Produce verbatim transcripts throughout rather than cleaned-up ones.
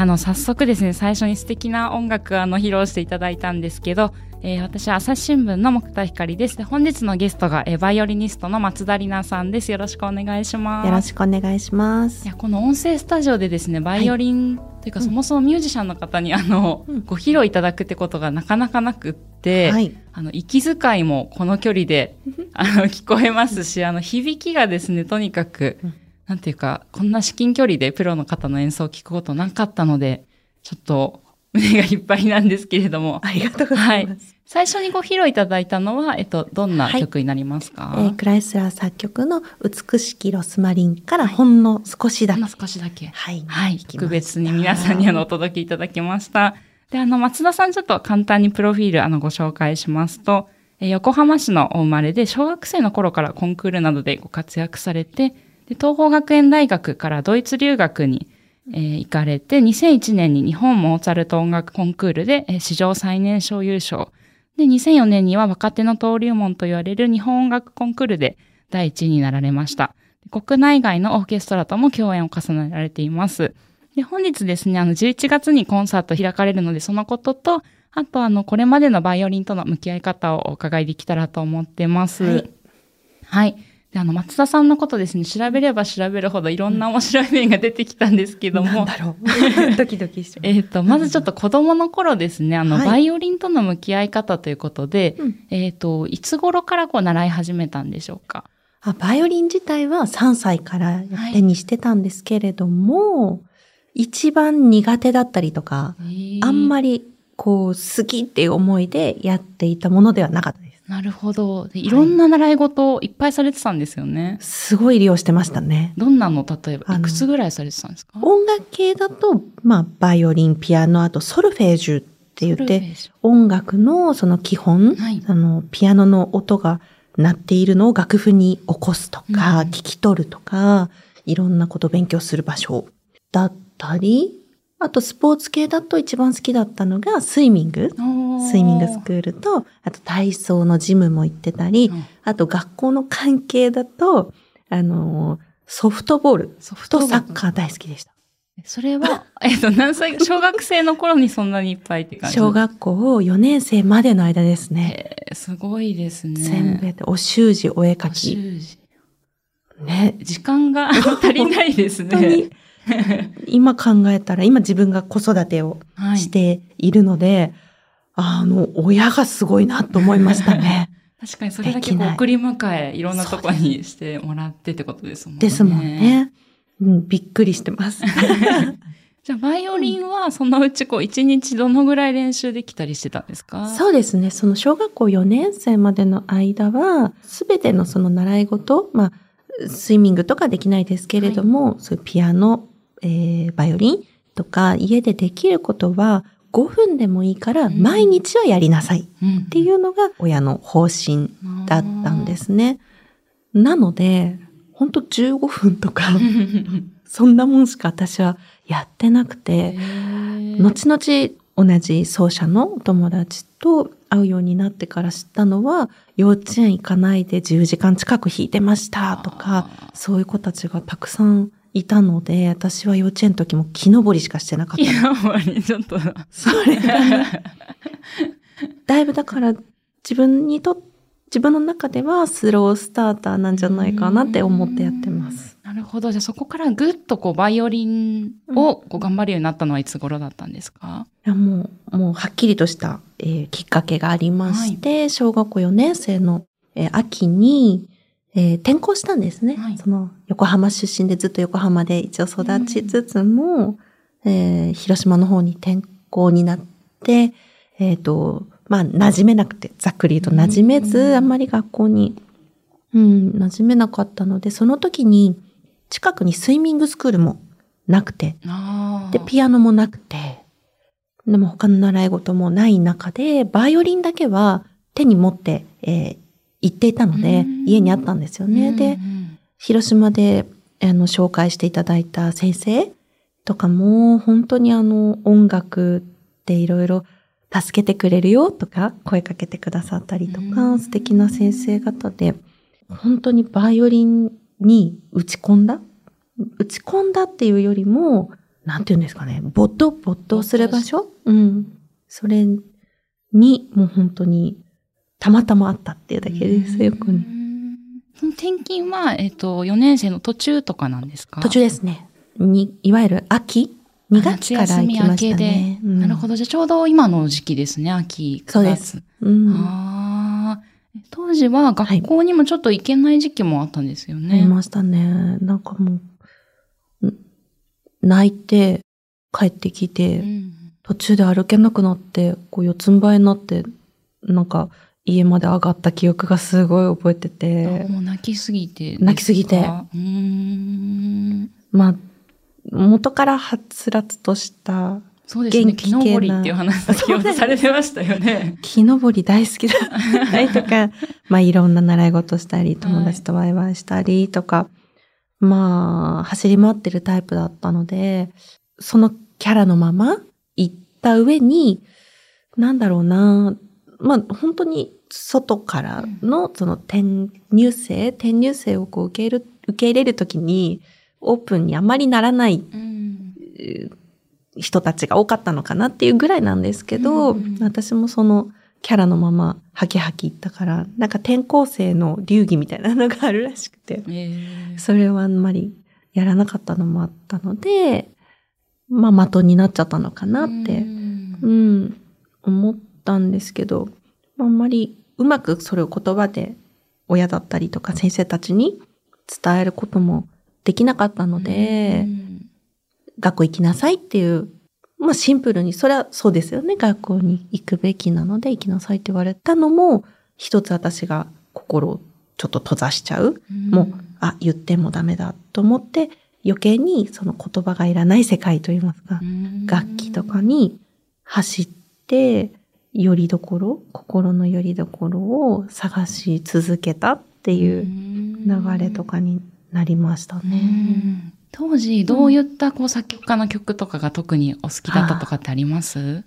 あの、早速ですね、最初に素敵な音楽あの披露していただいたんですけど、えー、私は朝日新聞の木田光です。で、本日のゲストが、えー、バイオリニストの松田里奈さんです。よろしくお願いします。 よろしくお願いします。 いや、この音声スタジオでですね、バイオリン、はい、というか、そもそもミュージシャンの方にあの、うん、ご披露いただくってことがなかなかなくって、はい、あの、息遣いもこの距離で、あの、聞こえますし、あの、響きがですね、とにかく、うん、なんていうか、こんな至近距離でプロの方の演奏を聞くことなかったので、ちょっと胸がいっぱいなんですけれども。 ありがとうございます。はい、 最初にご披露いただいたのは、えっと、どんな曲になりますか？ はい、えー、クライスラー作曲の美しきロスマリンからほんの少しだけ。 ほんの少しだけ。 はい。 はい。特別に皆さんにあの、お届けいただきました。で、あの、松田さんちょっと簡単にプロフィールあの、ご紹介しますと、えー、横浜市のお生まれで、小学生の頃からコンクールなどでご活躍されて、で、東邦学園大学からドイツ留学に、えー、行かれて、にせんいちねんに日本モーツァルト音楽コンクールで、えー、史上最年少優勝。で、にせんよねんには若手の登竜門と言われる日本音楽コンクールでだいいちいになられました。国内外のオーケストラとも共演を重ねられています。で、本日ですね、あの、じゅういちがつにコンサート開かれるので、そのことと、あとあの、これまでのバイオリンとの向き合い方をお伺いできたらと思ってます。はい。はい。で、あの、松田さんのことですね、調べれば調べるほどいろんな面白い面が出てきたんですけども。 なんだろう。ドキドキしてます。 えっと、まずちょっと子供の頃ですね、あの、はい、バイオリンとの向き合い方ということで、うん、えっと、いつ頃からこう習い始めたんでしょうか？ あ、バイオリン自体はさんさいから手にしてたんですけれども、はい、一番苦手だったりとか、あんまりこう好きっていう思いでやっていたものではなかったです。 なるほど。で、いろんな習い事をいっぱいされてたんですよね。はい、 すごい利用してましたね。 どんなの、例えばいくつぐらいされてたんですか？ 音楽系だと、まあ、バイオリン、ピアノ、あとソルフェージュって言って、音楽のその基本、はい、あの、ピアノの音が鳴っているのを楽譜に起こすとか、うん、聞き取るとか、いろんなことを勉強する場所だったり、あとスポーツ系だと一番好きだったのがスイミング。スイミングスクールと、あと体操のジムも行ってたり、うん、あと学校の関係だと、あの、ソフトボールとサッカー大好きでした。 それは、えっと、何歳、小学生の頃にそんなにいっぱいって感じ？ 小学校よねん生までの間ですね。 えー、すごいですね。 全部やって、お習字、お絵描き。 お習字。 ね。 時間が足りないですね。 今考えたら、今自分が子育てをしているので、はい、あの、親がすごいなと思いましたね。 確かにそれだけこう送り迎え、いろんなとこにしてもらってってことですもんね。 ですもんね。うん、びっくりしてます。 じゃあ、バイオリンはそのうちこう、一日どのぐらい練習できたりしてたんですか？ そうですね。その小学校よねん生までの間は、すべてのその習い事、まあ、スイミングとかできないですけれども、はい、そういうピアノ、えー、バイオリンとか家でできることはごふんでもいいから毎日はやりなさいっていうのが親の方針だったんですね。うん、なので、ほんとじゅうごふんとか、そんなもんしか私はやってなくて、後々同じ奏者のお友達と会うようになってから知ったのは、幼稚園行かないでじゅうじかん近く弾いてましたとか、そういう子たちがたくさんいたので、私は幼稚園の時も木登りしかしてなかった。 木登り、ちょっと。 それがね、だいぶだから自分にとって、自分の中ではスロースターターなんじゃないかなって思ってやってます。 なるほど。じゃあそこからぐっとこうバイオリンをこう頑張るようになったのはいつ頃だったんですか？ いやもう、もうはっきりとした、えー、きっかけがありまして、はい、小学校よねん生の、えー、秋に、えー、転校したんですね、はい。その横浜出身でずっと横浜で一応育ちつつも、えー、広島の方に転校になって、えっと、まあ、馴染めなくて、ざっくり言うと馴染めず、あんまり学校に、うん、馴染めなかったので、その時に、近くにスイミングスクールもなくて、で、ピアノもなくて、でも他の習い事もない中で、バイオリンだけは手に持って、えー、行っていたので、家にあったんですよね。で、広島で、あの、紹介していただいた先生とかも、本当にあの、音楽っていろいろ、助けてくれるよとか声かけてくださったりとか素敵な先生方で本当にバイオリンに打ち込んだ打ち込んだっていうよりもなんていうんですかね、没頭、没頭する場所うん。それに、もう本当に、たまたまあったっていうだけです、よくに。 その転勤は、えっと、よねん生の途中とかなんですか？ 途中ですね。に、いわゆる秋にがつから行きましたね。 うん、なるほど。じゃあちょうど今の時期ですね、秋。 そうです。うん、 あ当時は学校にもちょっと行けない時期もあったんですよね。 はい、ありましたね。なんかもう、泣いて帰ってきて、うん、途中で歩けなくなって、こう四つん這いになって、なんか家まで上がった記憶がすごい覚えてて。 もう泣きすぎて。 泣きすぎて。うーんまあ、元からはつらつとしたそうですね。木登りっていう話先ほどされてましたよね。 木登り大好きだったりとか、まあいろんな習い事したり、友達とワイワイしたりとか、はい、まあ走り回ってるタイプだったので、そのキャラのまま行った上に、なんだろうな、まあ本当に外からのその転入生、転入生をこう受け入れる、受け入れるときにオープンにあまりならない、うん人たちが多かったのかなっていうぐらいなんですけど、うん、私もそのキャラのままハキハキ行ったから、なんか転校生の流儀みたいなのがあるらしくて、えー、それはあんまりやらなかったのもあったので、まあ的になっちゃったのかなって、うん、うん、思ったんですけど、あんまりうまくそれを言葉で親だったりとか先生たちに伝えることもできなかったので、うん学校行きなさいっていう、まあシンプルに、それはそうですよね。学校に行くべきなので行きなさいって言われたのも、一つ私が心をちょっと閉ざしちゃう。うん、もう、あ、言ってもダメだと思って、余計にその言葉がいらない世界といいますか、うん、楽器とかに走って、拠り所、心の拠り所を探し続けたっていう流れとかになりましたね。うん当時、どういったこう作曲家の曲とかが特にお好きだったとかってあります？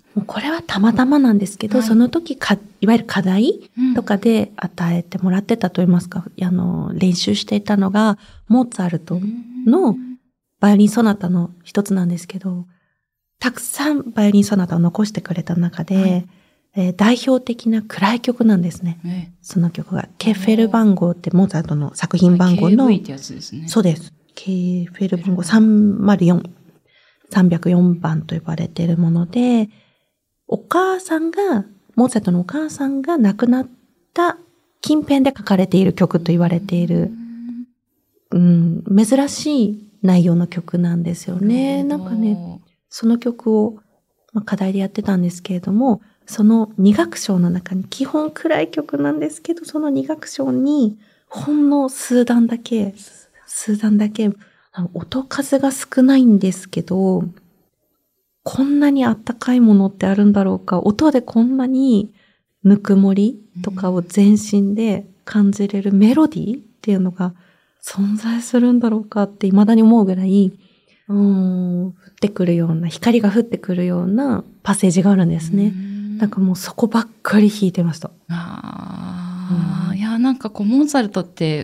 もうこれはたまたまなんですけど、はい、その時か、いわゆる課題とかで与えてもらってたといいますか、うん、あの、練習していたのが、モーツァルトのバイオリンソナタの一つなんですけど、たくさんバイオリンソナタを残してくれた中で、はいえー、代表的な暗い曲なんですね。えその曲が、ケッフェル番号ってモーツァルトの作品番号の、 ケーブイ ってやつですね。 そうです。ケーフェル番号さんまるよん、さんびゃくよんばんと呼ばれているもので、お母さんが、モーツァルトのお母さんが亡くなった近辺で書かれている曲と言われている、うん、珍しい内容の曲なんですよね。なんかね、その曲を、まあ、課題でやってたんですけれども、そのに楽章の中に基本暗い曲なんですけど、そのに楽章にほんの数段だけ、数段だけ、音数が少ないんですけど、こんなにあったかいものってあるんだろうか、音でこんなにぬくもりとかを全身で感じれるメロディーっていうのが存在するんだろうかって未だに思うぐらい、うーん、降ってくるような、光が降ってくるようなパッセージがあるんですね。なんかもうそこばっかり弾いてました。 ああ、うん、いや、なんかこう、モーツァルトって、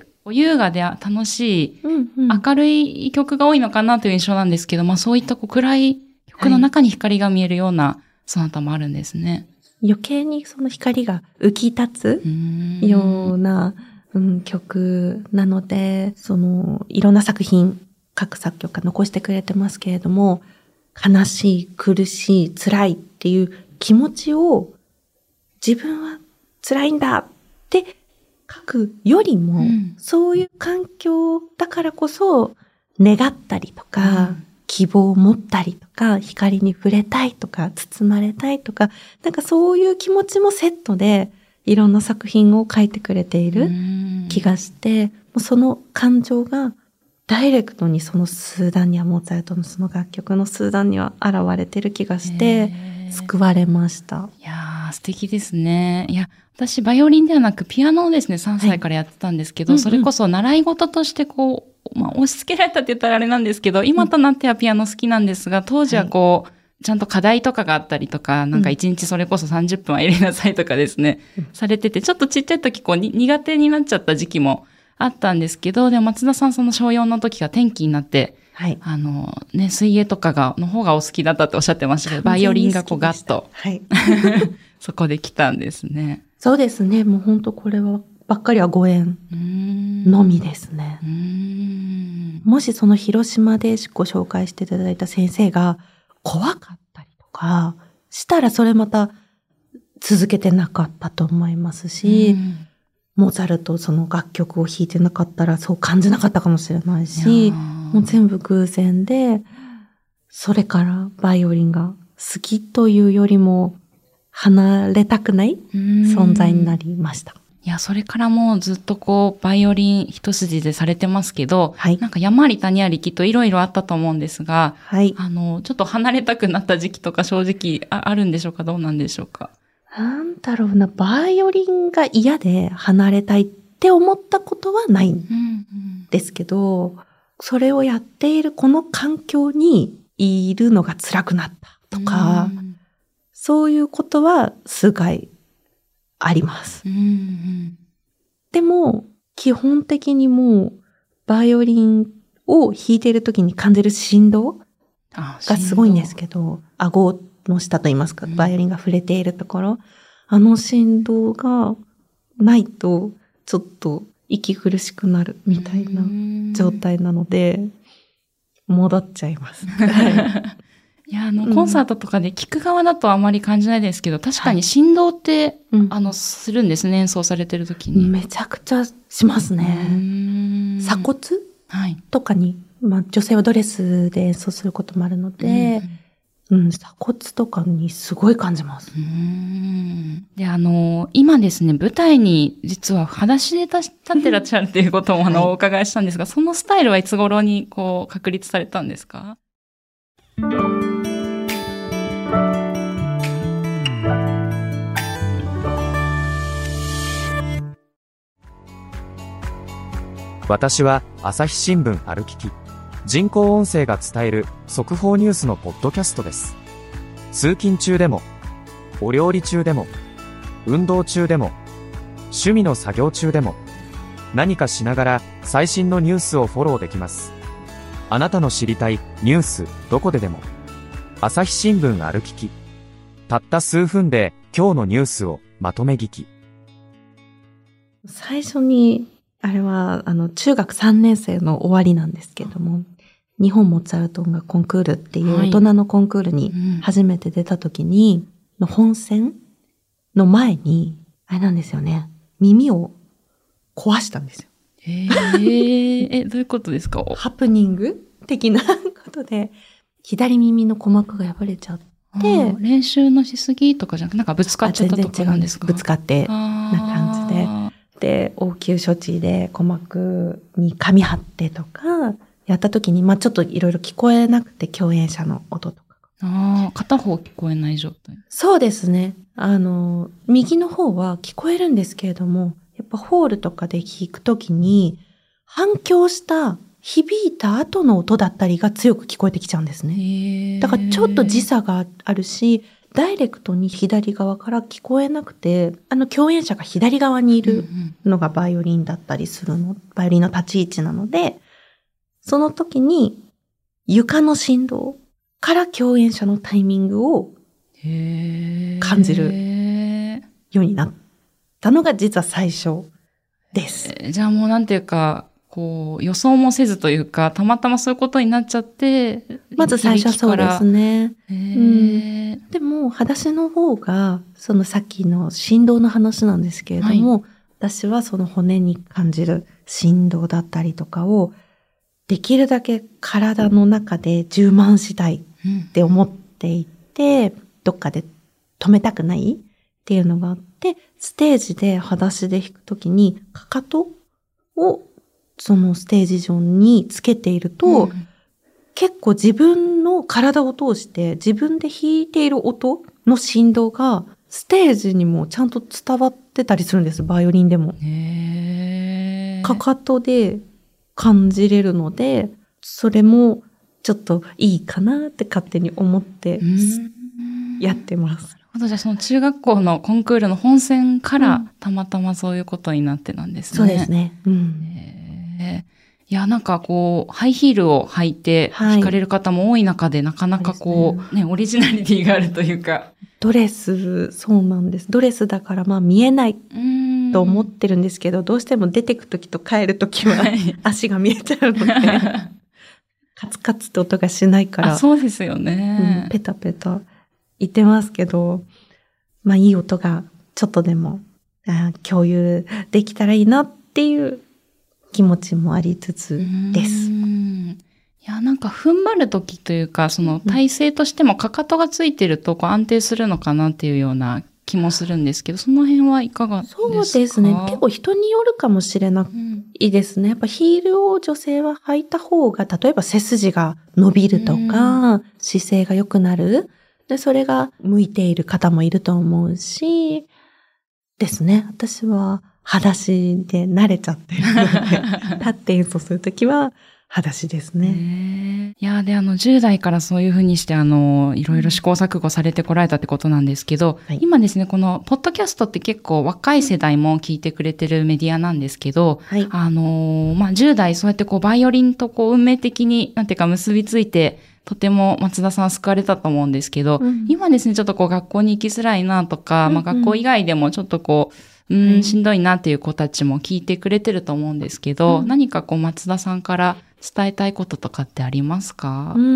優雅で楽しい、うんうん、明るい曲が多いのかなという印象なんですけど、まあそういったこう暗い曲の中に光が見えるようなソナタもあるんですね。 はい、余計にその光が浮き立つような、うん、曲なので、そのいろんな作品、各作曲家残してくれてますけれども、悲しい、苦しい、辛いっていう気持ちを自分は辛いんだって書くよりも、うん、そういう環境だからこそ願ったりとか、うん、希望を持ったりとか、光に触れたいとか、包まれたいとか、なんかそういう気持ちもセットでいろんな作品を書いてくれている気がして、もうその感情がダイレクトにその数段には、モーツァルトのその楽曲の数段には現れてる気がして、救われました。 いやー、素敵ですね。いや、私、バイオリンではなく、ピアノをですね、さんさいからやってたんですけど、はい、それこそ習い事としてこう、まあ、押し付けられたって言ったらあれなんですけど、今となってはピアノ好きなんですが、当時はこう、はい、ちゃんと課題とかがあったりとか、なんか一日それこそさんじゅっぷんは入れなさいとかですね、うん、されてて、ちょっとちっちゃい時こうに苦手になっちゃった時期もあったんですけど、でも松田さんその小よんの時が転機になって、 はい。 あの、ね、水泳とかが、の方がお好きだったっておっしゃってましたけど、バイオリンがこうガッと、 はい。 そこで来たんですね。 そうですね。もう本当これは、ばっかりはご縁のみですね。 うーんもしその広島でご紹介していただいた先生が怖かったりとかしたら、それまた続けてなかったと思いますし、モーツァルトその楽曲を弾いてなかったらそう感じなかったかもしれないし、もう全部偶然で、それからバイオリンが好きというよりも離れたくない存在になりました。 いや、それからもうずっとこう、バイオリン一筋でされてますけど、 はい、 なんか山あり谷ありきっといろいろあったと思うんですが、 はい、 あの、ちょっと離れたくなった時期とか正直 あ, あるんでしょうか？どうなんでしょうか？ なんだろうな、バイオリンが嫌で離れたいって思ったことはないんですけど、うんうん、それをやっているこの環境にいるのが辛くなったとか、うん、そういうことは数回あります。 うんうん、 でも、基本的にもう、バイオリンを弾いているときに感じる振動がすごいんですけど、顎の下といいますか、バイオリンが触れているところ、うん、あの振動がないと、ちょっと息苦しくなるみたいな状態なので、戻っちゃいます。 いや、あの、コンサートとかで聞く側だとあまり感じないですけど、確かに振動って、はい、あの、するんですね、演奏されてる時に。 めちゃくちゃしますね。鎖骨、 はい、 とかに、まあ、女性はドレスで演奏することもあるので、うん、うん、鎖骨とかにすごい感じます。 うーんで、あの、今ですね、舞台に実は裸足で立ってらっしゃるっていうことも、あの、はい、お伺いしたんですが、そのスタイルはいつ頃に、こう、確立されたんですか？ 私は朝日新聞歩きき人工音声が伝える速報ニュースのポッドキャストです。通勤中でもお料理中でも運動中でも趣味の作業中でも何かしながら最新のニュースをフォローできます。あなたの知りたいニュースどこででも朝日新聞歩ききたった数分で今日のニュースをまとめ聞き。 最初にあれは、あの、中学さんねん生の終わりなんですけれども、日本モーツァルト音楽コンクールっていう大人のコンクールに初めて出た時に、の本戦の前に、あれなんですよね、耳を壊したんですよ。 へーえ、どういうことですか？ ハプニング的なことで、左耳の鼓膜が破れちゃって、 練習のしすぎとかじゃなくて、なんかぶつかっちゃったとかなんですか？ ぶつかってな感じで。で、応急処置で鼓膜に紙貼ってとか、やった時に、まあちょっといろいろ聞こえなくて、共演者の音とか。 ああ、片方聞こえない状態。 そうですね。あの、右の方は聞こえるんですけれども、やっぱホールとかで弾く時に、反響した、響いた後の音だったりが強く聞こえてきちゃうんですね。だからちょっと時差があるし、ダイレクトに左側から聞こえなくて、あの共演者が左側にいるのがバイオリンだったりするの、バイオリンの立ち位置なので、その時に床の振動から共演者のタイミングを感じるようになったのが実は最初です。 じゃあもうなんていうか、こう予想もせずというか、たまたまそういうことになっちゃって、 まず最初はそうですね。うん、でも、裸足の方が、そのさっきの振動の話なんですけれども、はい、私はその骨に感じる振動だったりとかを、できるだけ体の中で充満したいって思っていて、うん、どっかで止めたくないっていうのがあって、ステージで裸足で弾くときに、かかとをそのステージ上につけていると、うん、結構自分の体を通して自分で弾いている音の振動がステージにもちゃんと伝わってたりするんです、バイオリンでも。 へー。 かかとで感じれるので、それもちょっといいかなって勝手に思ってやってます。 なるほど。じゃあその中学校のコンクールの本戦からたまたまそういうことになってなんですね。 そうですね。うん。 へいや、なんかこう、ハイヒールを履いて弾かれる方も多い中で、はい、なかなかこう、ね、オリジナリティがあるというか。 ドレス、そうなんです。ドレスだからまあ見えないと思ってるんですけど、どうしても出てくときと帰るときは足が見えちゃうので、カツカツって音がしないから。 あ、そうですよね、 うん。ペタペタ言ってますけど、まあいい音がちょっとでも共有できたらいいなっていう気持ちもありつつです。 いや、なんか踏ん張るときというか、その体勢としてもかかとがついてるとこう安定するのかなっていうような気もするんですけど、その辺はいかがですか？ そうですね。結構人によるかもしれないですね。やっぱヒールを女性は履いた方が、例えば背筋が伸びるとか、姿勢が良くなる。で、それが向いている方もいると思うし、ですね。私は裸足で慣れちゃってるので、立って演奏するときは裸足ですね。 いや、で、あの、じゅう代からそういうふうにして、あの、いろいろ試行錯誤されてこられたってことなんですけど、はい、今ですね、この、ポッドキャストって結構若い世代も聞いてくれてるメディアなんですけど、はい、あの、まあ、じゅう代、そうやってこう、バイオリンとこう、運命的に、なんていうか結びついて、とても松田さんは救われたと思うんですけど、うん、今ですね、ちょっとこう、学校に行きづらいなとか、うんうん、まあ、学校以外でもちょっとこう、うん、しんどいなっていう子たちも聞いてくれてると思うんですけど、うん、何かこう松田さんから伝えたいこととかってありますか？ うん。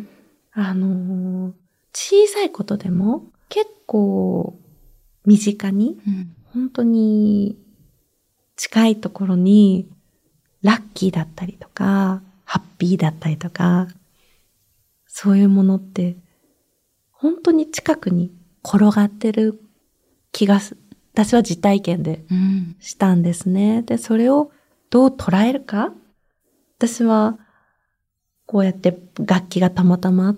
あのー、小さいことでも結構身近に、うん、本当に近いところにラッキーだったりとか、ハッピーだったりとか、そういうものって本当に近くに転がってる気がする。私は実体験でしたんですね。うん、で、それをどう捉えるか？私は、こうやって楽器がたまたまあって、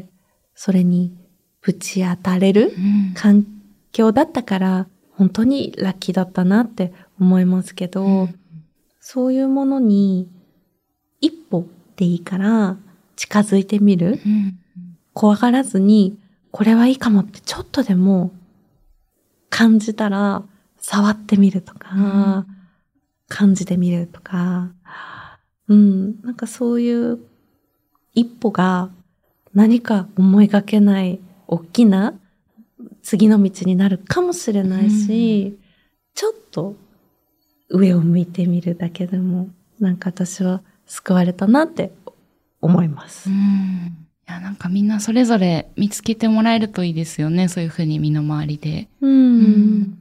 それにぶち当たれる環境だったから、本当にラッキーだったなって思いますけど、うん、そういうものに一歩でいいから近づいてみる。うん、怖がらずに、これはいいかもってちょっとでも感じたら触ってみるとか、うん、感じてみるとか、うん、なんかそういう一歩が何か思いがけない大きな次の道になるかもしれないし、うん、ちょっと上を向いてみるだけでもなんか私は救われたなって思います。 うん、いや、なんかみんなそれぞれ見つけてもらえるといいですよね。そういうふうに身の回りで。 うん。うん、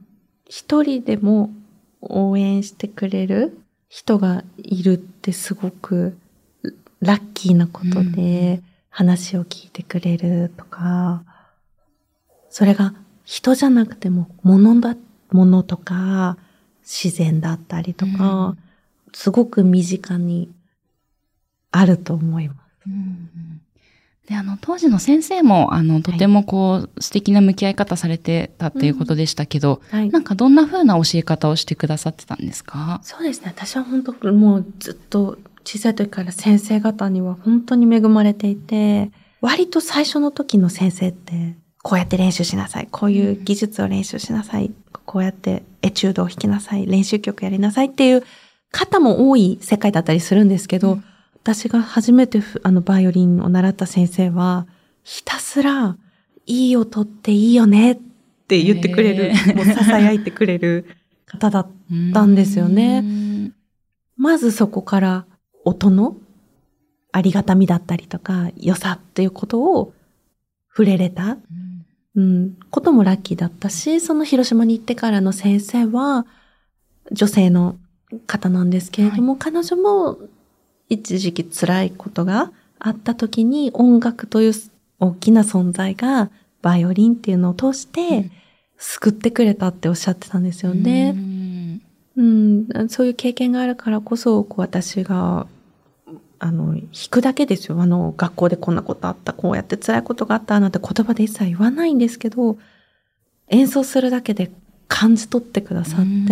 一人でも応援してくれる人がいるってすごくラッキーなことで、話を聞いてくれるとか、それが人じゃなくても物だ、物とか自然だったりとか、すごく身近にあると思います。うんで、あの、当時の先生も、あの、とてもこう、はい、素敵な向き合い方されてたっていうことでしたけど、うんはい、なんかどんな風な教え方をしてくださってたんですか？ そうですね。私は本当もうずっと小さい時から先生方には本当に恵まれていて、割と最初の時の先生って、こうやって練習しなさい。こういう技術を練習しなさい。こうやってエチュードを弾きなさい。練習曲やりなさいっていう方も多い世界だったりするんですけど、うん、私が初めてあのバイオリンを習った先生は、ひたすらいい音っていいよねって言ってくれる、もう囁いてくれる方だったんですよね。まずそこから音のありがたみだったりとか、良さっていうことを触れれた、うん、こともラッキーだったし、その広島に行ってからの先生は女性の方なんですけれども、はい、彼女も一時期辛いことがあった時に音楽という大きな存在がバイオリンっていうのを通して救ってくれたっておっしゃってたんですよね。うん、うん、そういう経験があるからこそ、こう私があの弾くだけですよ。あの学校でこんなことあった、こうやって辛いことがあったなんて言葉で一切言わないんですけど、演奏するだけで感じ取ってくださって、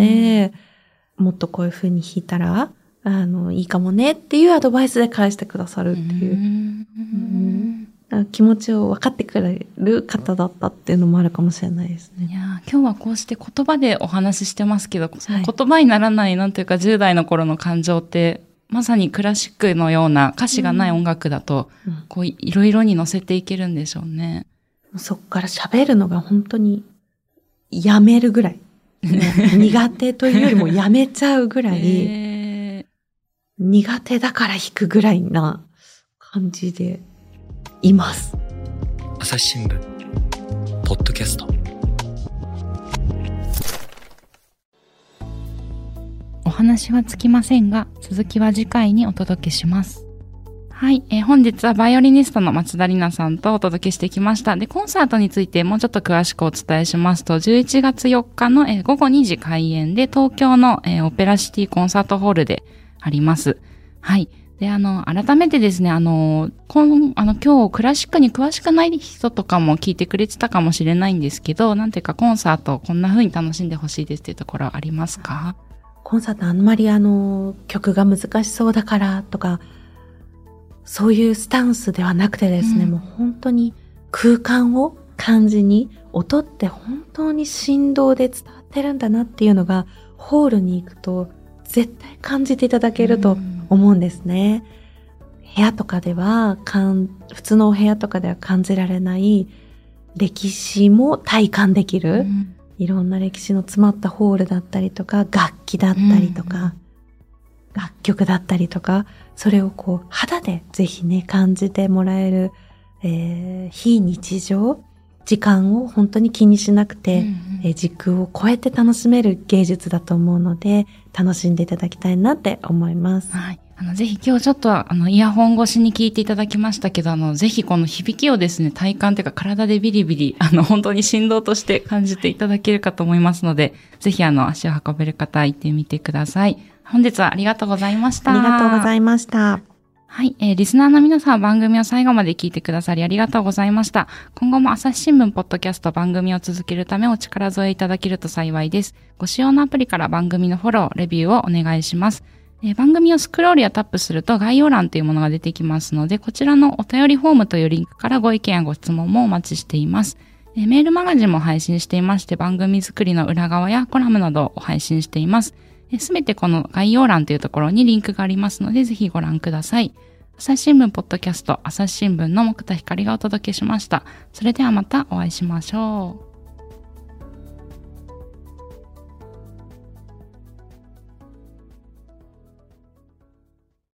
もっとこういう風に弾いたらあの、いいかもねっていうアドバイスで返してくださるっていう、うんうん、気持ちを分かってくれる方だったっていうのもあるかもしれないですね。 いや、今日はこうして言葉でお話ししてますけど、その言葉にならないなんというかじゅう代の頃の感情ってまさにクラシックのような歌詞がない音楽だと、うん、こういろいろに乗せていけるんでしょうね。 そっから喋るのが本当にやめるぐらい。苦手というよりもやめちゃうぐらい、えー、苦手だから弾くぐらいな感じでいます。 朝日新聞ポッドキャスト。 お話はつきませんが、続きは次回にお届けします。はい、えー、本日はバイオリニストの松田里奈さんとお届けしてきました。で、コンサートについてもうちょっと詳しくお伝えしますと、じゅういちがつよっかの、えー、ごごにじ開演で、東京の、えー、オペラシティコンサートホールであります。はい。で、あの、改めてですね、あの、こん、あの、今日クラシックに詳しくない人とかも聞いてくれてたかもしれないんですけど、なんていうかコンサートをこんな風に楽しんでほしいですっていうところありますか？ コンサートあんまりあの、曲が難しそうだからとか、そういうスタンスではなくてですね、うん、もう本当に空間を感じに、音って本当に振動で伝わってるんだなっていうのが、ホールに行くと絶対感じていただけると思うんですね。うん、部屋とかではかん、普通のお部屋とかでは感じられない歴史も体感できる、うん、いろんな歴史の詰まったホールだったりとか、楽器だったりとか、うん、楽曲だったりとか、それをこう肌でぜひね感じてもらえる、えー、非日常、時間を本当に気にしなくて、うんうんえー、時空を超えて楽しめる芸術だと思うので、楽しんでいただきたいなって思います。 はい。あの、ぜひ今日ちょっとあの、イヤホン越しに聞いていただきましたけど、あの、ぜひこの響きをですね、体感というか体でビリビリ、あの、本当に振動として感じていただけるかと思いますので、ぜひあの、足を運べる方行ってみてください。本日はありがとうございました。 ありがとうございました。 はい、えー、リスナーの皆さん番組を最後まで聞いてくださりありがとうございました。今後も朝日新聞ポッドキャスト番組を続けるためお力添えいただけると幸いです。ご使用のアプリから番組のフォロー、レビューをお願いします。えー、番組をスクロールやタップすると概要欄というものが出てきますので、こちらのお便りフォームというリンクからご意見やご質問もお待ちしています。えー、メールマガジンも配信していまして、番組作りの裏側やコラムなどを配信しています。すべてこの概要欄というところにリンクがありますので、ぜひご覧ください。朝日新聞ポッドキャスト、朝日新聞の木田光がお届けしました。それではまたお会いしましょう。